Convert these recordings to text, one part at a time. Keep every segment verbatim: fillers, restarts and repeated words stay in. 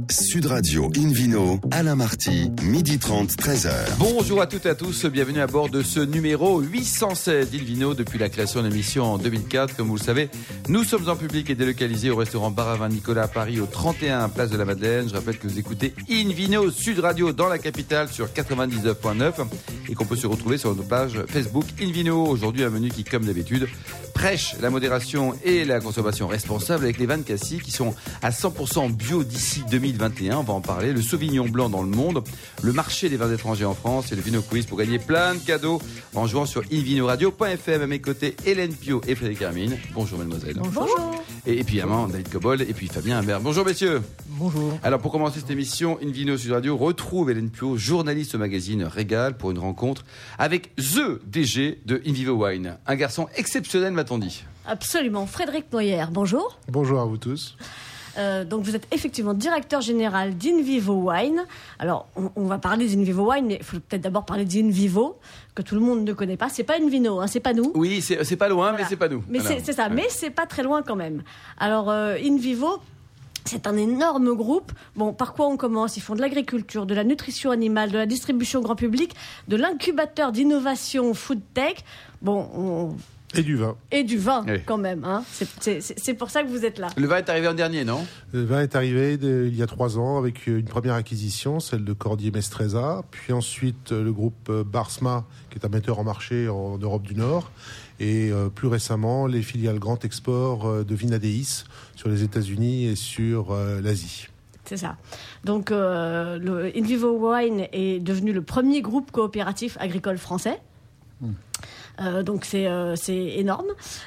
Sud Radio Invino, Alain Marty, midi trente, treize heures. Bonjour à toutes et à tous, bienvenue à bord de ce numéro huit cent seize d'Invino depuis la création de l'émission en deux mille quatre. Comme vous le savez, nous sommes en public et délocalisés au restaurant Bar à Vin Nicolas à Paris, au trente et un Place de la Madeleine. Je rappelle que vous écoutez Invino Sud Radio dans la capitale sur quatre-vingt-dix-neuf virgule neuf et qu'on peut se retrouver sur notre page Facebook Invino. Aujourd'hui, un menu qui, comme d'habitude, prêche la modération et la consommation responsable avec les vins de Cassis qui sont à cent pour cent bio d'ici deux mille vingt et un. On va en parler. Le Sauvignon blanc dans le monde, le marché des vins étrangers en France et le Vino Quiz pour gagner plein de cadeaux en jouant sur invinoradio point f m. À mes côtés, Hélène Pio et Frédéric Hermine. Bonjour mademoiselle. Bonjour. Et, et puis évidemment, David Cobol et puis Fabien Imbert. Bonjour messieurs. Bonjour. Alors pour commencer cette émission, Invino Sud Radio retrouve Hélène Pio, journaliste au magazine Régal, pour une rencontre avec THE D G de Invivo Wine. Un garçon exceptionnel, m'a-t-on dit. Absolument. Frédéric Noyer, bonjour. Bonjour à vous tous. Euh, donc vous êtes effectivement directeur général d'Invivo Wine. Alors on, on va parler d'Invivo Wine, mais il faut peut-être d'abord parler d'Invivo, que tout le monde ne connaît pas. C'est pas Invino, hein, c'est pas nous. Oui, c'est, c'est pas loin, voilà. mais c'est pas nous. Mais voilà. c'est, c'est ça, ouais. mais c'est pas très loin quand même. Alors euh, Invivo, c'est un énorme groupe. Bon, par quoi on commence ? Ils font de l'agriculture, de la nutrition animale, de la distribution grand public, de l'incubateur d'innovation food tech. Bon, on... Et du vin. Et du vin, oui. quand même. Hein. C'est, c'est, c'est pour ça que vous êtes là. Le vin est arrivé en dernier, non ? Le vin est arrivé de, il y a trois ans avec une première acquisition, celle de Cordier Mestreza. Puis ensuite, le groupe Barsma, qui est un metteur en marché en Europe du Nord. Et euh, plus récemment, les filiales Grand Export de Vinadeis sur les États-Unis et sur euh, l'Asie. C'est ça. Donc, euh, le Invivo Wine est devenu le premier groupe coopératif agricole français. Mmh. Euh, donc c'est euh, c'est énorme.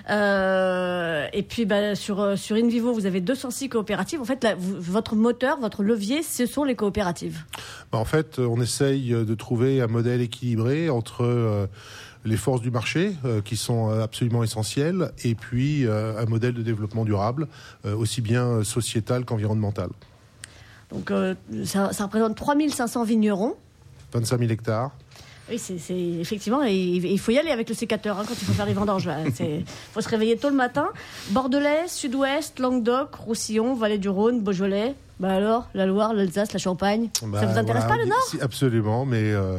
Euh, et puis bah, sur sur Invivo, vous avez deux cent six coopératives. En fait, là, vous, votre moteur, votre levier, ce sont les coopératives. Bah, en fait, on essaye de trouver un modèle équilibré entre euh, les forces du marché, euh, qui sont absolument essentielles, et puis euh, un modèle de développement durable, euh, aussi bien sociétal qu'environnemental. Donc euh, ça, ça représente trois mille cinq cents vignerons. vingt-cinq mille hectares. Oui, c'est, c'est effectivement, et il faut y aller avec le sécateur hein, quand il faut faire les vendanges. Il faut se réveiller tôt le matin. Bordelais, Sud-Ouest, Languedoc, Roussillon, Vallée du Rhône, Beaujolais. Bah alors, la Loire, l'Alsace, la Champagne. Bah, ça vous intéresse voilà, pas le Nord ? si, absolument, mais euh,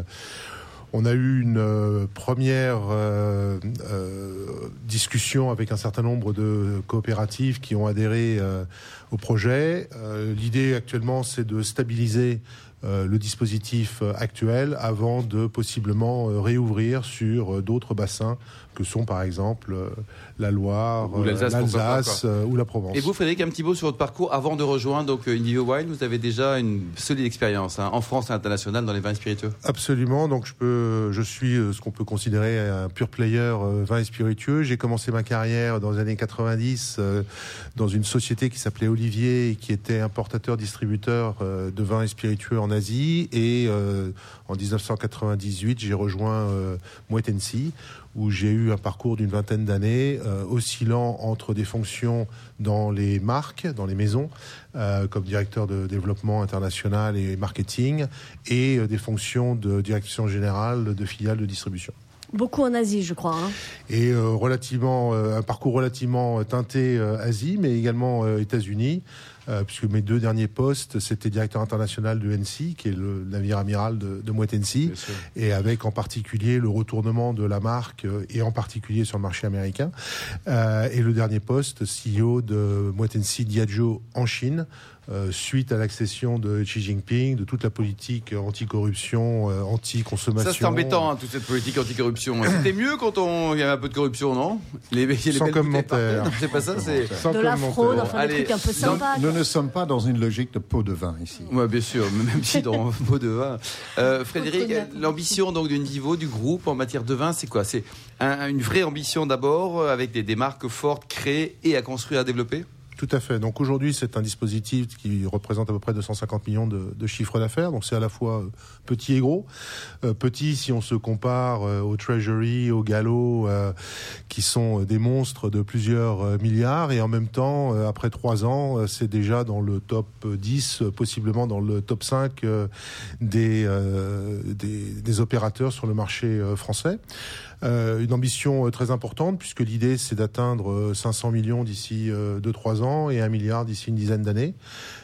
on a eu une euh, première euh, euh, discussion avec un certain nombre de coopératives qui ont adhéré euh, au projet. Euh, l'idée actuellement, c'est de stabiliser Euh, le dispositif euh, actuel avant de possiblement euh, réouvrir sur euh, d'autres bassins que sont par exemple euh, la Loire, ou l'Alsace, euh, l'Alsace euh, ou la Provence. Et vous, Frédéric, un petit mot sur votre parcours avant de rejoindre donc Invivo Wine. Vous avez déjà une solide expérience hein, en France et internationale dans les vins spiritueux. Absolument. Donc je peux, je suis euh, ce qu'on peut considérer un pure player euh, vin et spiritueux. J'ai commencé ma carrière dans les années quatre-vingt-dix euh, dans une société qui s'appelait Olivier et qui était importateur-distributeur euh, de vins et spiritueux en Asie. Et euh, en dix-neuf cent quatre-vingt-dix-huit, j'ai rejoint euh, Moët Hennessy, où j'ai eu un parcours d'une vingtaine d'années, euh, oscillant entre des fonctions dans les marques, dans les maisons, euh, comme directeur de développement international et marketing, et euh, des fonctions de direction générale de filiales de distribution. Beaucoup en Asie, je crois. Hein. Et euh, relativement, euh, un parcours relativement teinté euh, Asie, mais également euh, États-Unis, euh, puisque mes deux derniers postes, c'était directeur international de Hennessy, qui est le navire amiral de, de Moët Hennessy, et avec en particulier le retournement de la marque, euh, et en particulier sur le marché américain. Euh, et le dernier poste, C E O de Moët Hennessy Diageo en Chine, Euh, suite à l'accession de Xi Jinping, de toute la politique anti-corruption, euh, anti-consommation. Ça, c'est embêtant, hein, toute cette politique anti-corruption. C'était mieux quand on... il y avait un peu de corruption, non ? les, les Sans commentaire. Non, c'est pas ça, c'est... De la fraude, enfin Allez, des trucs un peu sympas. Nous ne sommes pas dans une logique de pot de vin ici. Oui, bien sûr, même si dans pot de vin. Euh, Frédéric, l'ambition donc de niveau du groupe en matière de vin, c'est quoi ? C'est un, une vraie ambition d'abord, avec des, des marques fortes créées et à construire, à développer ? Tout à fait. Donc aujourd'hui, c'est un dispositif qui représente à peu près deux cent cinquante millions de, de chiffre d'affaires. Donc c'est à la fois petit et gros. Euh, petit si on se compare euh, au Treasury, au Gallo, euh, qui sont des monstres de plusieurs euh, milliards. Et en même temps, euh, après trois ans, euh, c'est déjà dans le top dix, euh, possiblement dans le top cinq euh, des, euh, des, des opérateurs sur le marché euh, français. Euh, une ambition euh, très importante, puisque l'idée, c'est d'atteindre euh, cinq cents millions d'ici euh, deux trois ans et un milliard d'ici une dizaine d'années.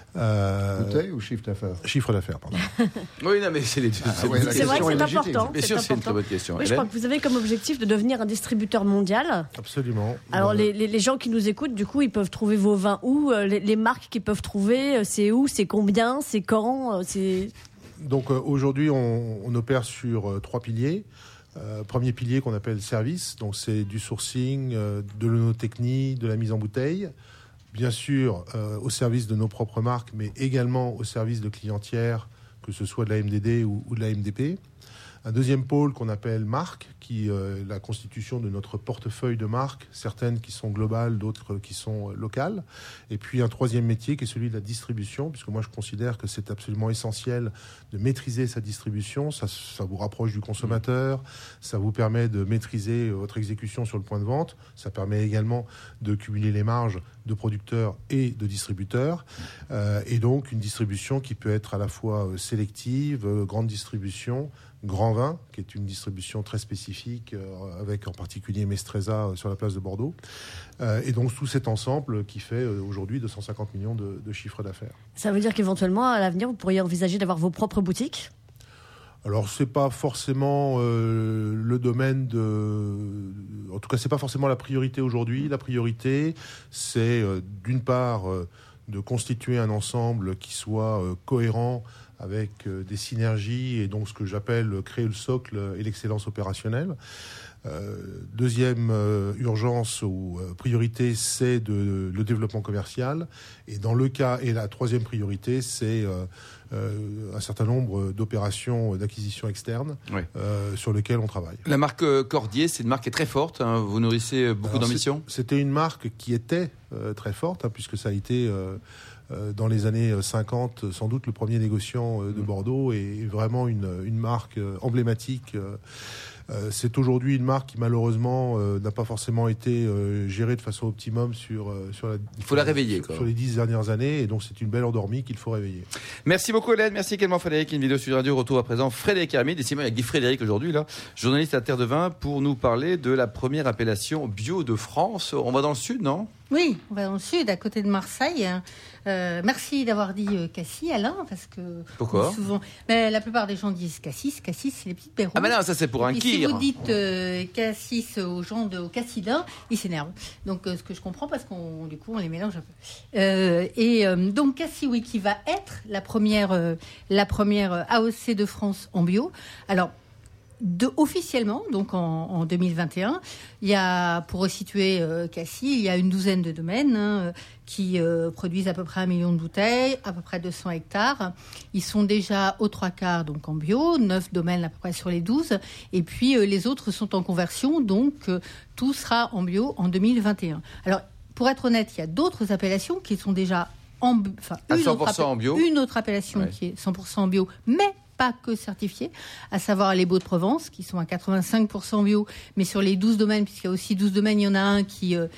Euh, Bouteille ou chiffre d'affaires? Chiffre d'affaires, pardon. Oui, non, mais c'est les deux. Ah, ouais, la C'est vrai que question c'est est légitime. important. Bien sûr, c'est une très bonne question. Oui, je crois que vous avez comme objectif de devenir un distributeur mondial. Absolument. Alors, Euh, les, les, les gens qui nous écoutent, du coup, ils peuvent trouver vos vins où? les, les marques qu'ils peuvent trouver, c'est où? C'est combien? C'est quand? C'est... Donc euh, aujourd'hui, on, on opère sur euh, trois piliers. Euh, premier pilier qu'on appelle service, donc c'est du sourcing, euh, de l'onotechnie, de la mise en bouteille. Bien sûr, euh, au service de nos propres marques, mais également au service de clients tiers, que ce soit de la M D D ou, ou de la M D P. Un deuxième pôle qu'on appelle marque, qui euh, la constitution de notre portefeuille de marques, certaines qui sont globales, d'autres qui sont euh, locales. Et puis un troisième métier qui est celui de la distribution, puisque moi je considère que c'est absolument essentiel de maîtriser sa distribution. Ça, ça vous rapproche du consommateur, ça vous permet de maîtriser votre exécution sur le point de vente, ça permet également de cumuler les marges de producteurs et de distributeurs, euh, et donc une distribution qui peut être à la fois sélective, euh, grande distribution, grand vin, qui est une distribution très spécifique, euh, avec en particulier Mestresa euh, sur la place de Bordeaux, euh, et donc tout cet ensemble qui fait euh, aujourd'hui deux cent cinquante millions de, de chiffre d'affaires. Ça veut dire qu'éventuellement, à l'avenir, vous pourriez envisager d'avoir vos propres boutiques? Alors c'est pas forcément euh, le domaine de, en tout cas c'est pas forcément la priorité aujourd'hui. La priorité c'est euh, d'une part euh, de constituer un ensemble qui soit euh, cohérent avec euh, des synergies et donc ce que j'appelle créer le socle et l'excellence opérationnelle. Euh, deuxième euh, urgence ou euh, priorité, c'est de, le développement commercial. Et dans le cas, et la troisième priorité, c'est euh, euh, un certain nombre d'opérations d'acquisition externe oui. euh, sur lesquelles on travaille. La marque Cordier, c'est une marque qui est très forte. Hein. Vous nourrissez beaucoup Alors, d'ambition. C'était une marque qui était euh, très forte, hein, puisque ça a été... Euh, Euh, dans les années cinquante, sans doute le premier négociant euh, de Bordeaux, et vraiment une, une marque euh, emblématique. Euh, euh, c'est aujourd'hui une marque qui malheureusement euh, n'a pas forcément été euh, gérée de façon optimum sur, euh, sur la, il faut la réveiller, sur, quoi. sur les dix dernières années, et donc c'est une belle endormie qu'il faut réveiller. Merci beaucoup Hélène, merci également Frédéric. Une vidéo sur Radio, retour à présent Frédéric Hermé, décidément avec Guy Frédéric aujourd'hui, là, journaliste à Terre de Vin, pour nous parler de la première appellation bio de France. On va dans le sud, non ? Oui, on va dans le sud, à côté de Marseille. Euh, merci d'avoir dit euh, Cassis, Alain, parce que pourquoi souvent, mais la plupart des gens disent Cassis. Cassis, c'est les petites baies rouges. Ah mais non, ça c'est pour un kir. kir. Si vous dites euh, Cassis aux gens de au Cassidin, ils s'énervent. Donc euh, ce que je comprends, parce qu'on du coup on les mélange un peu. Euh, et euh, donc Cassis, oui, qui va être la première, euh, la première A O C de France en bio. Alors. De, officiellement, donc en, en deux mille vingt et un, il y a, pour resituer euh, Cassis, il y a une douzaine de domaines hein, qui euh, produisent à peu près un million de bouteilles, à peu près deux cents hectares. Ils sont déjà aux trois quarts donc en bio, neuf domaines à peu près sur les douze, et puis euh, les autres sont en conversion, donc euh, tout sera en bio en deux mille vingt et un. Alors, pour être honnête, il y a d'autres appellations qui sont déjà en, enfin, à une, cent autre pour cent appel- en bio. une autre appellation ouais. qui est cent pour cent en bio, mais pas que certifiés, à savoir les Baux de Provence, qui sont à quatre-vingt-cinq pour cent bio, mais sur les douze domaines, puisqu'il y a aussi douze domaines, il y en a un qui euh,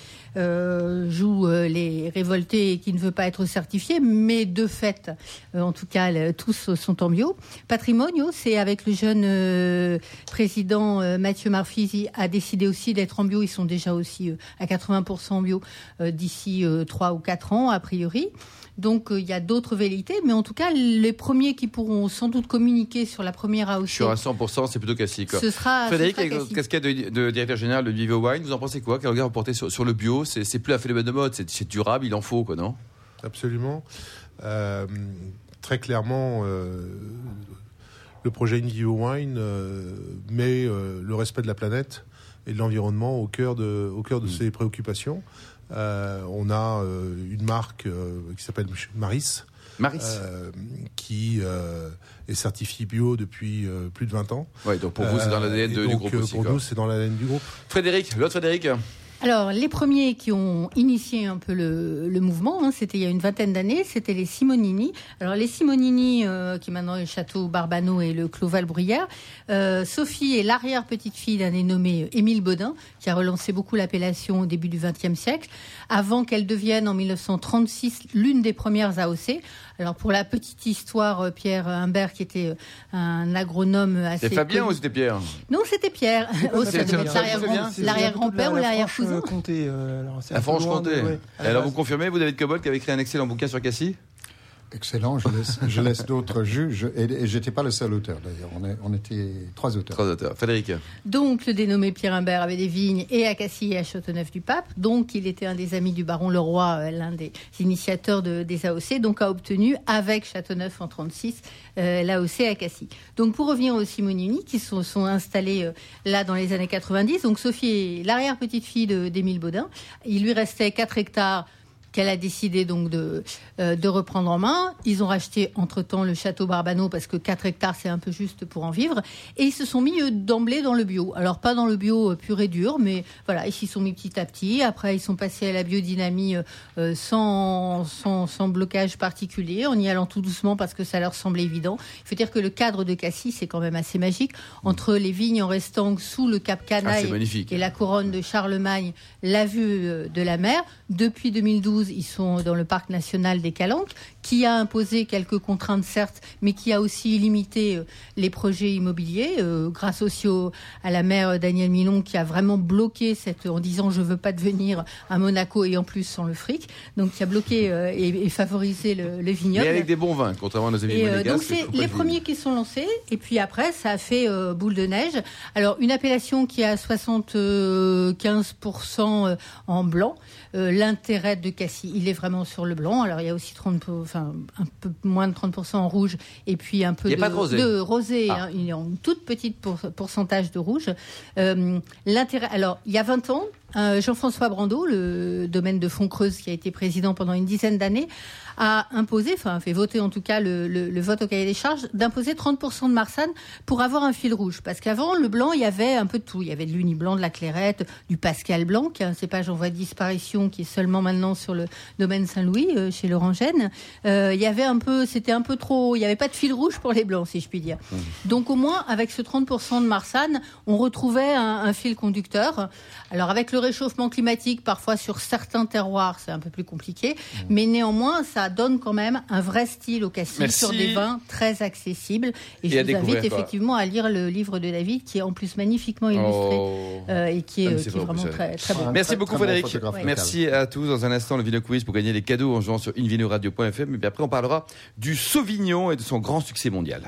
euh, joue euh, les révoltés et qui ne veut pas être certifié, mais de fait, euh, en tout cas, le, tous sont en bio. Patrimonio, c'est avec le jeune euh, président euh, Mathieu Marfisi, a décidé aussi d'être en bio. Ils sont déjà aussi euh, à quatre-vingts pour cent bio euh, d'ici euh, trois ou quatre ans, a priori. Donc, il euh, y a d'autres velléités, mais en tout cas, les premiers qui pourront sans doute communiquer sur la première A O C... Je suis à cent pour cent, c'est plutôt Cassis, quoi. Ce sera Frédéric, ce sera Cassis. Casquette de, de directeur général de Vivo Wine, vous en pensez quoi ? Quel regard vous portez sur, sur le bio ? c'est, c'est plus un phénomène de mode, c'est, c'est durable, il en faut, quoi, non ? Absolument. Euh, très clairement, euh, le projet Vivo Wine euh, met euh, le respect de la planète et de l'environnement au cœur de, au cœur de mmh. ses préoccupations. Euh, on a euh, une marque euh, qui s'appelle Maris, Maris. Euh, qui euh, est certifiée bio depuis euh, plus de vingt ans. Ouais, donc pour vous, c'est dans l'A D N de, donc, du groupe aussi. Pour quoi. nous, c'est dans l'A D N du groupe. Frédéric, l'autre Frédéric. Alors, les premiers qui ont initié un peu le, le mouvement, hein, c'était il y a une vingtaine d'années, c'était les Simonini. Alors, les Simonini, euh, qui maintenant est le château Barbano et le Clos Val-Bruyère. Euh, Sophie est l'arrière-petite-fille d'un dénommé Émile Baudin, qui a relancé beaucoup l'appellation au début du vingtième siècle, avant qu'elle devienne en mille neuf cent trente-six l'une des premières A O C. Alors, pour la petite histoire, Pierre Humbert, qui était un agronome assez... C'était Fabien connu. Ou c'était Pierre ? Non, c'était Pierre. Oh, ça devait être l'arrière-grand, l'arrière-grand-père ou l'arrière-cousin. Comté, euh, alors c'est la Franche-Comté. Ouais. Alors, vous confirmez, vous David Cobol, qui avait écrit un excellent bouquin sur Cassis ? Excellent, je laisse, je laisse d'autres juges. Et, et j'étais pas le seul auteur d'ailleurs, on, est, on était trois auteurs. Trois auteurs. Frédéric. Donc le dénommé Pierre Imbert avait des vignes et à Cassis et à Châteauneuf-du-Pape. Donc il était un des amis du baron Leroy, euh, l'un des initiateurs de, des A O C, donc a obtenu avec Châteauneuf en trente-six euh, l'A O C à Cassis. Donc pour revenir aux Simonini qui sont, sont installés euh, là dans les années quatre-vingt-dix, donc Sophie est l'arrière-petite-fille de, d'Émile Baudin. Il lui restait quatre hectares qu'elle a décidé donc de, euh, de reprendre en main. Ils ont racheté entre-temps le château Barbaneau parce que quatre hectares, c'est un peu juste pour en vivre. Et ils se sont mis eux, d'emblée dans le bio. Alors, pas dans le bio euh, pur et dur, mais voilà, ils s'y sont mis petit à petit. Après, ils sont passés à la biodynamie euh, sans, sans, sans blocage particulier, en y allant tout doucement parce que ça leur semblait évident. Il faut dire que le cadre de Cassis, c'est quand même assez magique. Entre les vignes en restant sous le Cap Canaille ah, et la couronne de Charlemagne, la vue euh, de la mer. Depuis deux mille douze, ils sont dans le parc national des Calanques, qui a imposé quelques contraintes certes, mais qui a aussi limité euh, les projets immobiliers, euh, grâce aussi au, à la maire Danielle Milon, qui a vraiment bloqué cette, en disant je veux pas devenir à Monaco et en plus sans le fric, donc qui a bloqué euh, et, et favorisé le, le vignoble. Mais avec des bons vins, contrairement à nos amis et euh, monégasques. Donc c'est les premiers qui sont lancés, et puis après ça a fait euh, boule de neige. Alors une appellation qui a soixante-quinze pour cent en blanc. Euh, l'intérêt de Cassis, il est vraiment sur le blanc. Alors il y a aussi trente, enfin un peu moins de trente pour cent en rouge et puis un peu il y a de, pas de rosé. de rosé. Ah. Hein, il y a une toute petite pour, pourcentage de rouge. Euh, l'intérêt. Alors il y a vingt ans, euh, Jean-François Brando, le domaine de Fontcreuse, qui a été président pendant une dizaine d'années, a imposé, enfin a fait voter en tout cas le, le, le vote au cahier des charges, d'imposer trente pour cent de Marsanne pour avoir un fil rouge. Parce qu'avant, le blanc, il y avait un peu de tout. Il y avait de l'Uni blanc, de la Clairette, du Pascal blanc, qui est un cépage en voie de disparition, qui est seulement maintenant sur le domaine Saint-Louis, euh, chez Laurent Gène. Euh, il y avait un peu, c'était un peu trop, il n'y avait pas de fil rouge pour les blancs, si je puis dire. Mmh. Donc au moins, avec ce trente pour cent de Marsanne, on retrouvait un, un fil conducteur. Alors avec le réchauffement climatique, parfois sur certains terroirs, c'est un peu plus compliqué, mmh. mais néanmoins, ça donne quand même un vrai style au Cassis. Merci. Sur des vins très accessibles. Et, et je vous invite effectivement à lire le livre de David, qui est en plus magnifiquement illustré oh. euh, et qui est, ah, qui est vraiment très, très bon. Merci beaucoup très Frédéric. Bon ouais. Merci à tous. Dans un instant, le Vino Quiz pour gagner des cadeaux en jouant sur invinoradio point f m. Et puis après, on parlera du Sauvignon et de son grand succès mondial.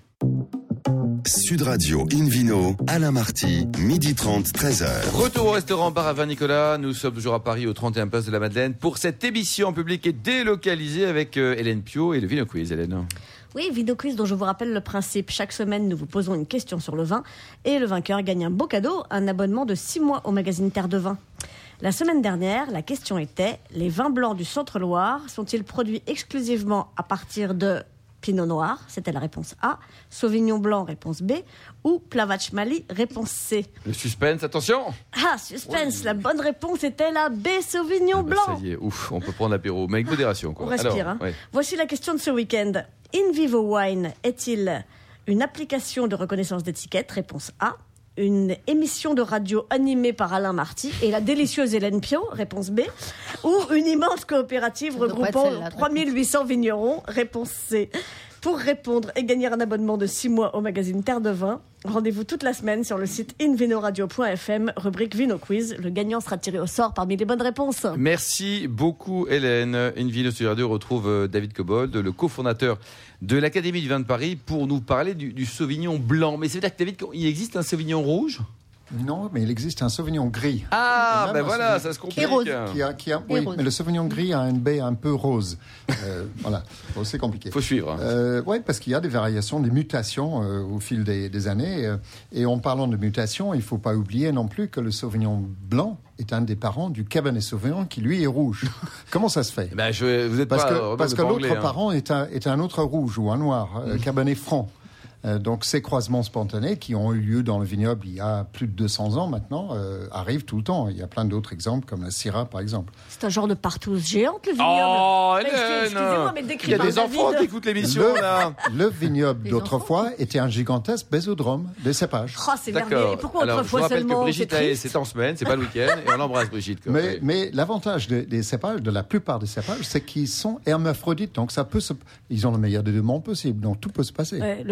Sud Radio Invino, Alain Marty, midi trente, treize heures. Retour au restaurant Bar à Vin Nicolas. Nous sommes toujours à Paris, au trente et un Place de la Madeleine, pour cette émission publique et délocalisée avec euh, Hélène Pio et le Vino Quiz. Hélène. Oui, Vino Quiz dont je vous rappelle le principe. Chaque semaine, nous vous posons une question sur le vin et le vainqueur gagne un beau cadeau, un abonnement de six mois au magazine Terre de Vin. La semaine dernière, la question était: les vins blancs du Centre-Loire sont-ils produits exclusivement à partir de Pinot Noir? C'était la réponse A. Sauvignon blanc, réponse B. Ou Plavac Mali, réponse C. Le suspense, attention. Ah, suspense, oui. La bonne réponse était la B, Sauvignon ah bah blanc. Ça y est, ouf, on peut prendre l'apéro, mais avec modération, quoi. On respire. Alors, hein. ouais. Voici la question de ce week-end. In Vivo Wine est-il une application de reconnaissance d'étiquette? Réponse A. Une émission de radio animée par Alain Marty et la délicieuse Hélène Pio, réponse B, ou une immense coopérative regroupant trois mille huit cents vignerons, réponse C. Pour répondre et gagner un abonnement de six mois au magazine Terre de Vin, rendez-vous toute la semaine sur le site invinoradio point f m, rubrique Vino Quiz. Le gagnant sera tiré au sort parmi les bonnes réponses. Merci beaucoup Hélène. Invino Studio Radio retrouve David Cobold, le cofondateur de l'Académie du vin de Paris, pour nous parler du, du Sauvignon blanc. Mais c'est vrai que David, il existe un Sauvignon rouge ? Non, mais il existe un Sauvignon gris. Ah, ben voilà, ça se complique. Qui a, qui a, oui, mais le Sauvignon gris a une baie un peu rose. Euh, voilà, bon, c'est compliqué. Il faut suivre. Euh, oui, parce qu'il y a des variations, des mutations euh, au fil des, des années. Euh, et en parlant de mutations, il ne faut pas oublier non plus que le Sauvignon blanc est un des parents du Cabernet Sauvignon qui, lui, est rouge. Comment ça se fait? Ben, je, vous êtes Parce pas, que, parce que pas l'autre anglais, hein. parent est un, est un autre rouge ou un noir, euh, Cabernet Franc. Euh, donc ces croisements spontanés qui ont eu lieu dans le vignoble il y a plus de deux cents ans maintenant euh, arrivent tout le temps. Il y a plein d'autres exemples comme la Syrah par exemple. C'est un genre de partouze géante le vignoble. Oh mais excusez-moi mais décrit il y a par des David. Enfants qui écoutent l'émission le, là. Le vignoble d'autrefois était un gigantesque bésodrome des cépages. Oh, c'est merveilleux. Et pourquoi Alors, autrefois je vous rappelle seulement que Brigitte c'est, c'est en semaine, c'est pas le week-end et on l'embrasse Brigitte. Quoi. Mais, oui. mais l'avantage des, des cépages, de la plupart des cépages, c'est qu'ils sont hermaphrodites. Donc ça peut se, ils ont le meilleur des deux mondes possible. Donc tout peut se passer. Ouais, le meilleur ou le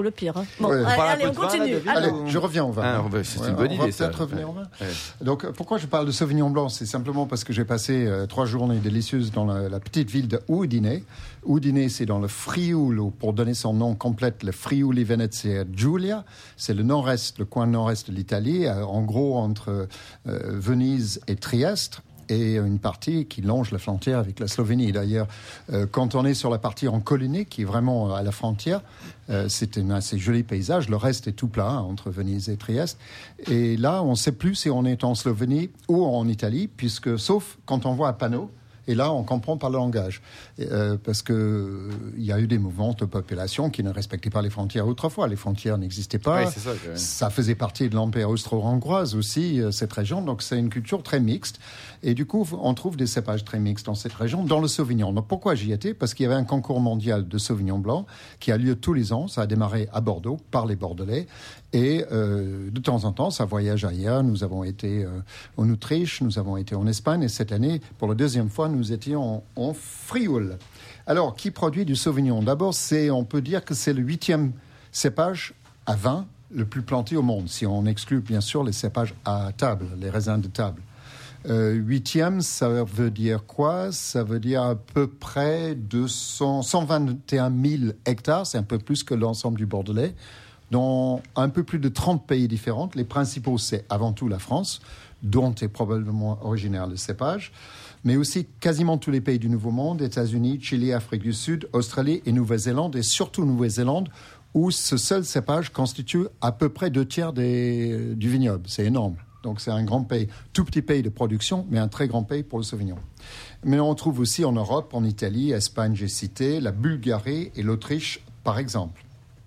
le pire. Hein. Bon, Ouais. allez, On parle un allez, peu on de vin, continue. là, David, Alors, Allez, je reviens au vin. Ah, bah, c'est une bonne on idée, va ça. peut-être revenir au vin. Ouais. Donc, pourquoi je parle de Sauvignon blanc? C'est simplement parce que j'ai passé euh, trois journées délicieuses dans la, la petite ville de Udine. Udine, c'est dans le Frioul, ou pour donner son nom complet, le Friuli Venezia Giulia. C'est le nord-est, le coin nord-est de l'Italie, euh, en gros entre euh, Venise et Trieste, et une partie qui longe la frontière avec la Slovénie. D'ailleurs, euh, quand on est sur la partie en Colline, qui est vraiment à la frontière, euh, c'est un assez joli paysage. Le reste est tout plat, hein, entre Venise et Trieste. Et là, on ne sait plus si on est en Slovénie ou en Italie, puisque, sauf quand on voit un panneau, et là, on comprend par le langage. Euh, parce qu'il euh, y a eu des mouvements de population qui ne respectaient pas les frontières autrefois. Les frontières n'existaient pas. Oui, c'est ça, quand même. Ça faisait partie de l'Empire austro-hongroise aussi, euh, cette région. Donc, c'est une culture très mixte. Et du coup, on trouve des cépages très mixtes dans cette région, dans le Sauvignon. Donc, pourquoi j'y étais? Parce qu'il y avait un concours mondial de Sauvignon blanc qui a lieu tous les ans. Ça a démarré à Bordeaux par les Bordelais. Et euh, de temps en temps, ça voyage ailleurs. Nous avons été euh, en Autriche, nous avons été en Espagne. Et cette année, pour la deuxième fois, nous étions en, en Frioul. Alors, qui produit du Sauvignon? D'abord, c'est, on peut dire que c'est le huitième cépage à vin le plus planté au monde, si on exclut bien sûr les cépages à table, les raisins de table. Euh, huitième, ça veut dire quoi? Ça veut dire à peu près deux cents, cent vingt et un mille hectares, c'est un peu plus que l'ensemble du Bordelais, dans un peu plus de trente pays différents. Les principaux, c'est avant tout la France, dont est probablement originaire le cépage, mais aussi quasiment tous les pays du Nouveau Monde, États-Unis, Chili, Afrique du Sud, Australie et Nouvelle-Zélande, et surtout Nouvelle-Zélande, où ce seul cépage constitue à peu près deux tiers des, du vignoble. C'est énorme. Donc c'est un grand pays, tout petit pays de production, mais un très grand pays pour le Sauvignon. Mais on trouve aussi en Europe, en Italie, Espagne, j'ai cité, la Bulgarie et l'Autriche, par exemple.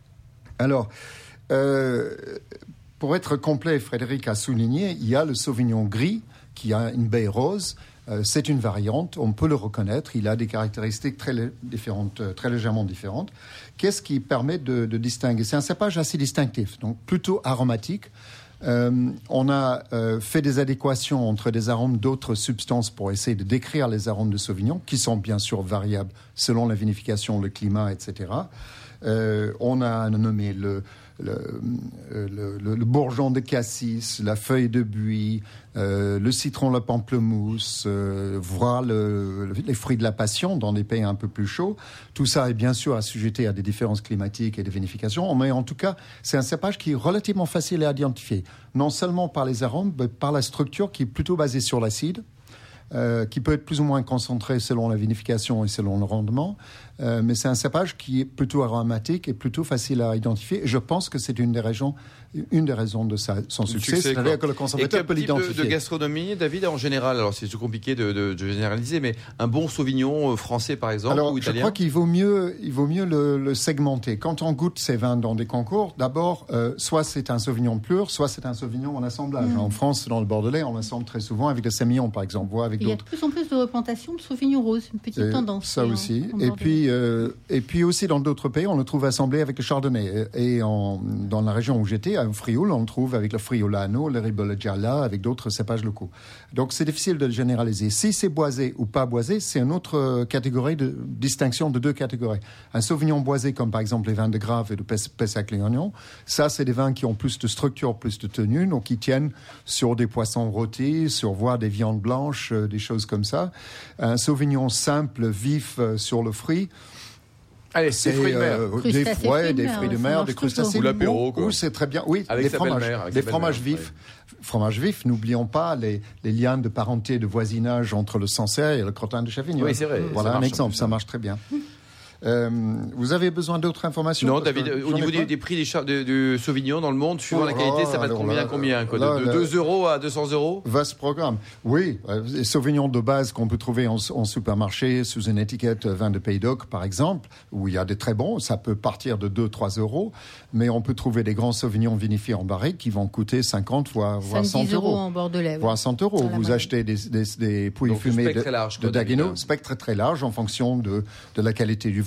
Alors, euh, pour être complet, Frédéric a souligné, il y a le Sauvignon gris, qui a une baie rose. Euh, c'est une variante, on peut le reconnaître, il a des caractéristiques très, différentes, très légèrement différentes. Qu'est-ce qui permet de, de distinguer? C'est un cépage assez distinctif, donc plutôt aromatique. Euh, on a euh, fait des adéquations entre des arômes d'autres substances pour essayer de décrire les arômes de Sauvignon, qui sont bien sûr variables selon la vinification, le climat, et cetera. Euh, on a nommé le, le, le, le, le bourgeon de cassis, la feuille de buis, euh, le citron, la pamplemousse, euh, voire le, les fruits de la passion dans des pays un peu plus chauds. Tout ça est bien sûr assujetti à des différences climatiques et de vinification, mais en tout cas, c'est un cépage qui est relativement facile à identifier, non seulement par les arômes, mais par la structure qui est plutôt basée sur l'acide. Euh, qui peut être plus ou moins concentré selon la vinification et selon le rendement. Euh, mais c'est un cépage qui est plutôt aromatique et plutôt facile à identifier. Et je pense que c'est une des raisons, une des raisons de sa, son succès. succès C'est-à-dire que le consommateur peut l'identifier. Et quel type de, de gastronomie, David, en général? Alors c'est compliqué de, de, de généraliser, mais un bon Sauvignon français, par exemple, Alors, ou italien? Je crois qu'il vaut mieux, il vaut mieux le, le segmenter. Quand on goûte ces vins dans des concours, d'abord, euh, soit c'est un Sauvignon pur, soit c'est un Sauvignon en assemblage. Mmh. En France, dans le Bordelais, on l'assemble très souvent avec des sémillons, par exemple, voire avec Il y a d'autres. de plus en plus de replantations de Sauvignon rose, une petite Et tendance. Ça aussi. En, en et, puis, euh, et puis aussi, dans d'autres pays, on le trouve assemblé avec le Chardonnay. Et en, dans la région où j'étais, à Frioul, on le trouve avec le Friulano, le Ribolla Gialla, avec d'autres cépages locaux. Donc, c'est difficile de le généraliser. Si c'est boisé ou pas boisé, c'est une autre catégorie de distinction de deux catégories. Un Sauvignon boisé, comme par exemple les vins de Grave et de Pessac-les-Oignons, ça, c'est des vins qui ont plus de structure, plus de tenue, donc qui tiennent sur des poissons rôtis, sur voire des viandes blanches, euh, des choses comme ça. Un Sauvignon simple, vif, euh, sur le fruit. Allez, c'est fruits de mer. Euh, des, ouais, des fruits de mer, des crustacés. Ou l'apéro, quoi. Ou c'est très bien. Oui, avec des fromages, belle-mère, avec des fromages vifs. Ouais. Fromages vifs, n'oublions pas les, les liens de parenté, de voisinage entre le Sancerre et le crottin de Chavignon. Oui, c'est vrai. Voilà un exemple, ça marche très bien. Euh, vous avez besoin d'autres informations? Non, David, au niveau des, des prix des chars de, de Sauvignon dans le monde, suivant oh, la qualité, ça va de combien, là, combien quoi, là, de, de deux euros à deux cents euros? Vaste programme. Oui, les Sauvignons de base qu'on peut trouver en, en supermarché sous une étiquette vin de Pays d'Oc, par exemple, où il y a des très bons, ça peut partir de deux à trois euros, mais on peut trouver des grands Sauvignons vinifiés en barrique qui vont coûter cinquante, voire, voire cent euros. en Bordelais. Voire cent euros. Vous achetez des, des, des pouilles fumées de, large, de Dagueneau, spectre très large en fonction de, de la qualité du vin.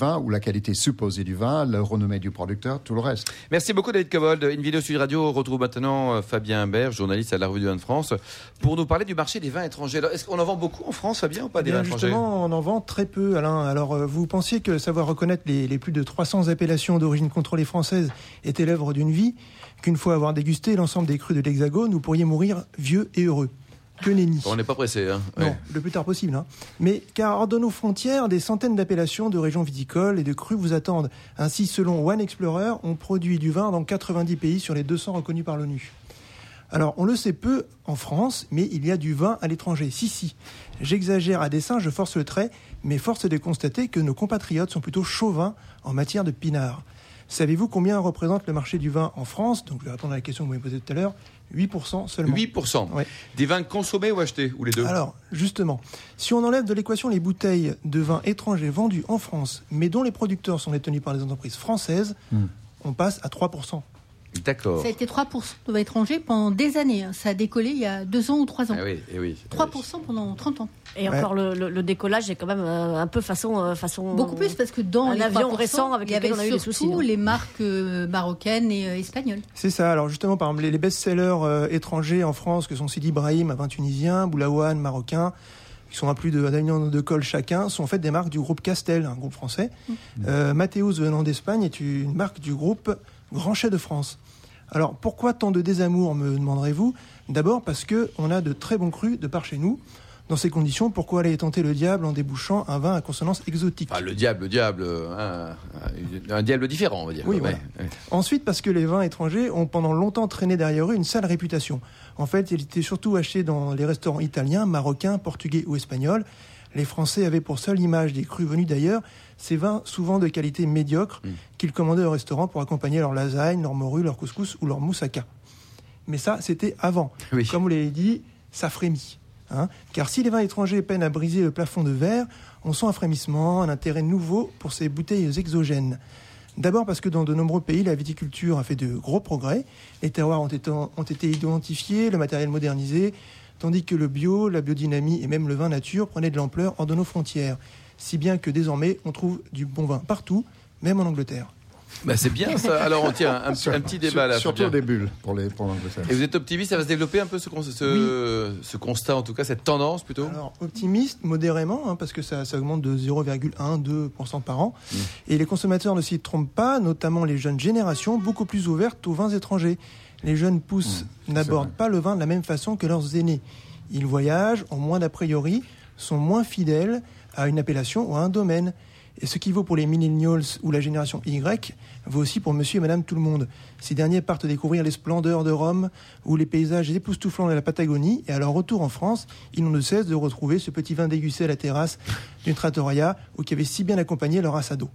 vin ou la qualité supposée du vin, la renommée du producteur, tout le reste. Merci beaucoup David Cobold. InVino Sud Radio retrouve maintenant Fabien Imbert, journaliste à la Revue du Vin de France, pour nous parler du marché des vins étrangers. Alors, est-ce qu'on en vend beaucoup en France, Fabien, ou pas, des Bien, vins étrangers ? Justement, on en vend très peu, Alain. Alors, euh, vous pensiez que savoir reconnaître les, les plus de trois cents appellations d'origine contrôlée française était l'œuvre d'une vie, qu'une fois avoir dégusté l'ensemble des crus de l'Hexagone, vous pourriez mourir vieux et heureux. Que nenni. On n'est pas pressé. Hein. Non, Ouais. le plus tard possible. Hein. Mais car hors de nos frontières, des centaines d'appellations de régions viticoles et de crus vous attendent. Ainsi, selon One Explorer, on produit du vin dans quatre-vingt-dix pays sur les deux cents reconnus par l'ONU. Alors, on le sait peu en France, mais il y a du vin à l'étranger. Si, si. J'exagère à dessein, je force le trait, mais force est de constater que nos compatriotes sont plutôt chauvins en matière de pinard. Savez-vous combien représente le marché du vin en France ? Donc, je vais répondre à la question que vous m'avez posée tout à l'heure. huit pour cent seulement. huit pour cent. Ouais. Des vins consommés ou achetés, ou les deux ? Alors, justement, si on enlève de l'équation les bouteilles de vin étrangers vendues en France, mais dont les producteurs sont détenus par des entreprises françaises, mm. on passe à trois pour cent. D'accord. Ça a été trois pour cent de vin étranger pendant des années. Ça a décollé il y a deux ans ou trois ans. Ah oui, eh oui, trois pour cent pendant trente ans. Et Ouais. encore, le, le, le décollage est quand même euh, un peu façon, euh, façon. Beaucoup plus parce que dans un les avion trois pour cent, récent avec il y avait lequel on a eu des surtout soucis, hein. les marques euh, marocaines et euh, espagnoles. C'est ça. Alors, justement, par exemple, les, les best-sellers euh, étrangers en France, que sont Sidi Ibrahim, un vin tunisien, Boulaouane, marocain, qui sont à plus de d'un million de cols chacun, sont en fait des marques du groupe Castel, un groupe français. Mmh. Euh, Mathéus, venant d'Espagne, est une marque du groupe Grand Chai de France. Alors, pourquoi tant de désamour, me demanderez-vous ? D'abord parce qu'on a de très bons crus de par chez nous. Dans ces conditions, pourquoi aller tenter le diable en débouchant un vin à consonance exotique ? Enfin, le diable, le diable, un, un, un diable différent, on va dire. Oui, ouais, voilà. ouais. Ensuite, parce que les vins étrangers ont pendant longtemps traîné derrière eux une sale réputation. En fait, ils étaient surtout achetés dans les restaurants italiens, marocains, portugais ou espagnols. Les Français avaient pour seule image des crus venus d'ailleurs ces vins souvent de qualité médiocre mmh. qu'ils commandaient au restaurant pour accompagner leur lasagne, leur morue, leur couscous ou leur moussaka. Mais ça, c'était avant. Oui. Comme vous l'avez dit, ça frémit. Hein, car si les vins étrangers peinent à briser le plafond de verre, on sent un frémissement, un intérêt nouveau pour ces bouteilles exogènes. D'abord parce que dans de nombreux pays, la viticulture a fait de gros progrès. Les terroirs ont été, ont été identifiés, le matériel modernisé, tandis que le bio, la biodynamie et même le vin nature prenaient de l'ampleur hors de nos frontières. Si bien que désormais, on trouve du bon vin partout, même en Angleterre. Bah c'est bien ça. Alors on tient un, un, un petit débat là. Surtout des bulles pour, les, pour l'Angleterre. Et vous êtes optimiste, ça va se développer un peu ce, ce, oui. ce constat, en tout cas, cette tendance plutôt ? Alors optimiste, modérément, hein, parce que ça, ça augmente de zéro virgule un à deux pour cent par an. Mmh. Et les consommateurs ne s'y trompent pas, notamment les jeunes générations, beaucoup plus ouvertes aux vins étrangers. Les jeunes pousses mmh, n'abordent pas le vin de la même façon que leurs aînés. Ils voyagent, ont moins d'a priori, sont moins fidèles à une appellation ou à un domaine. Et ce qui vaut pour les millennials ou la génération Y vaut aussi pour monsieur et madame tout le monde. Ces derniers partent découvrir les splendeurs de Rome ou les paysages époustouflants de la Patagonie, et à leur retour en France, ils n'ont de cesse de retrouver ce petit vin dégusté à la terrasse d'une trattoria ou qui avait si bien accompagné leur assado.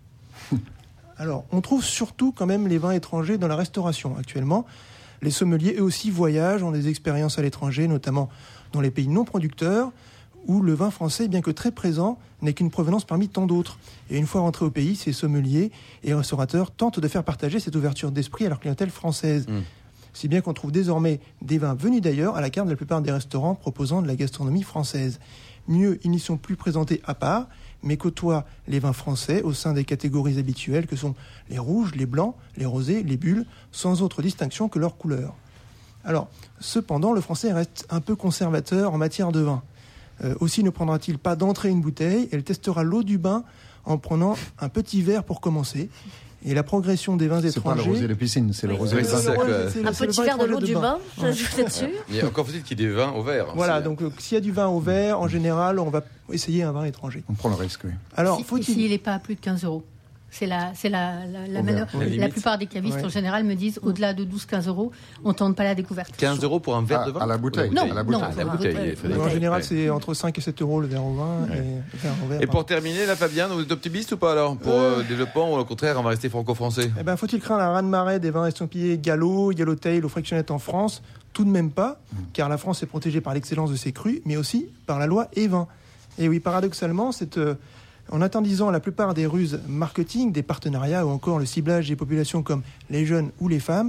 Alors, on trouve surtout quand même les vins étrangers dans la restauration actuellement. Les sommeliers, eux aussi, voyagent, ont des expériences à l'étranger, notamment dans les pays non producteurs, où le vin français, bien que très présent, n'est qu'une provenance parmi tant d'autres. Et une fois rentrés au pays, ces sommeliers et restaurateurs tentent de faire partager cette ouverture d'esprit à leur clientèle française. Mmh. Si bien qu'on trouve désormais des vins venus d'ailleurs à la carte de la plupart des restaurants proposant de la gastronomie française. Mieux, ils n'y sont plus présentés à part, mais côtoient les vins français au sein des catégories habituelles que sont les rouges, les blancs, les rosés, les bulles, sans autre distinction que leur couleur. Alors, cependant, le français reste un peu conservateur en matière de vin. Euh, aussi ne prendra-t-il pas d'entrée une bouteille, elle testera l'eau du bain en prenant un petit verre pour commencer. Et la progression des vins c'est étrangers... C'est pas le rosé de piscine, c'est oui. le rosé oui, de c'est bain. ça, c'est le, un c'est petit verre de l'eau du bain, bain. Vous êtes sûr ? Il y a encore faut-il qu'il y ait des vins au verre. Voilà, donc euh, s'il y a du vin au verre, en général, on va essayer un vin étranger. On prend le risque, oui. Alors, si, faut-il... S'il n'est pas à plus de quinze euros. C'est la, c'est la, la, la, la, la, la plupart des cavistes, ouais. en général, me disent au-delà de douze à quinze euros, on ne tente pas la découverte. quinze euros pour un verre à, de vin ? À la bouteille. Non, à la bouteille. non, à la bouteille. bouteille. bouteille. En général, c'est entre cinq et sept euros le verre au vin. Ouais. Et, le verre au verre, et pour terminer, là, Fabien, vous êtes optimiste ou pas alors pour euh... euh, le développement, ou au contraire, on va rester franco-français ? Eh ben, faut-il craindre un raz-de-marée des vins estampillés Gallo, Yellowtail ou Frictionnet en France ? Tout de même pas, mmh. car la France est protégée par l'excellence de ses crus, mais aussi par la loi Evin. Et oui, paradoxalement, cette... Euh, En interdisant la plupart des ruses marketing, des partenariats ou encore le ciblage des populations comme les jeunes ou les femmes,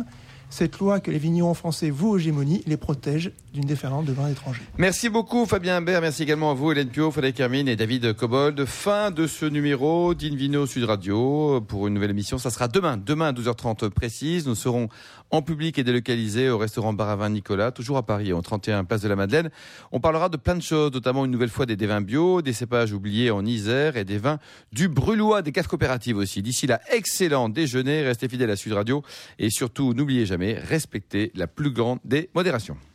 Cette loi que les vignerons français vouent aux gémonies les protège d'une déferlante de vins étrangers. Merci beaucoup Fabien Imbert, merci également à vous Hélène Pio, Frédéric Hermine et David Cobold. Fin de ce numéro d'Invino Sud Radio pour une nouvelle émission. Ça sera demain, demain à douze heures trente précise. Nous serons en public et délocalisés au restaurant Bar à Vin Nicolas, toujours à Paris, au trente et un place de la Madeleine. On parlera de plein de choses, notamment une nouvelle fois des, des vins bio, des cépages oubliés en Isère et des vins du Brulois, des caves coopératives aussi. D'ici là, excellent déjeuner, restez fidèles à Sud Radio et surtout, n'oubliez jamais, respectez la plus grande des modérations.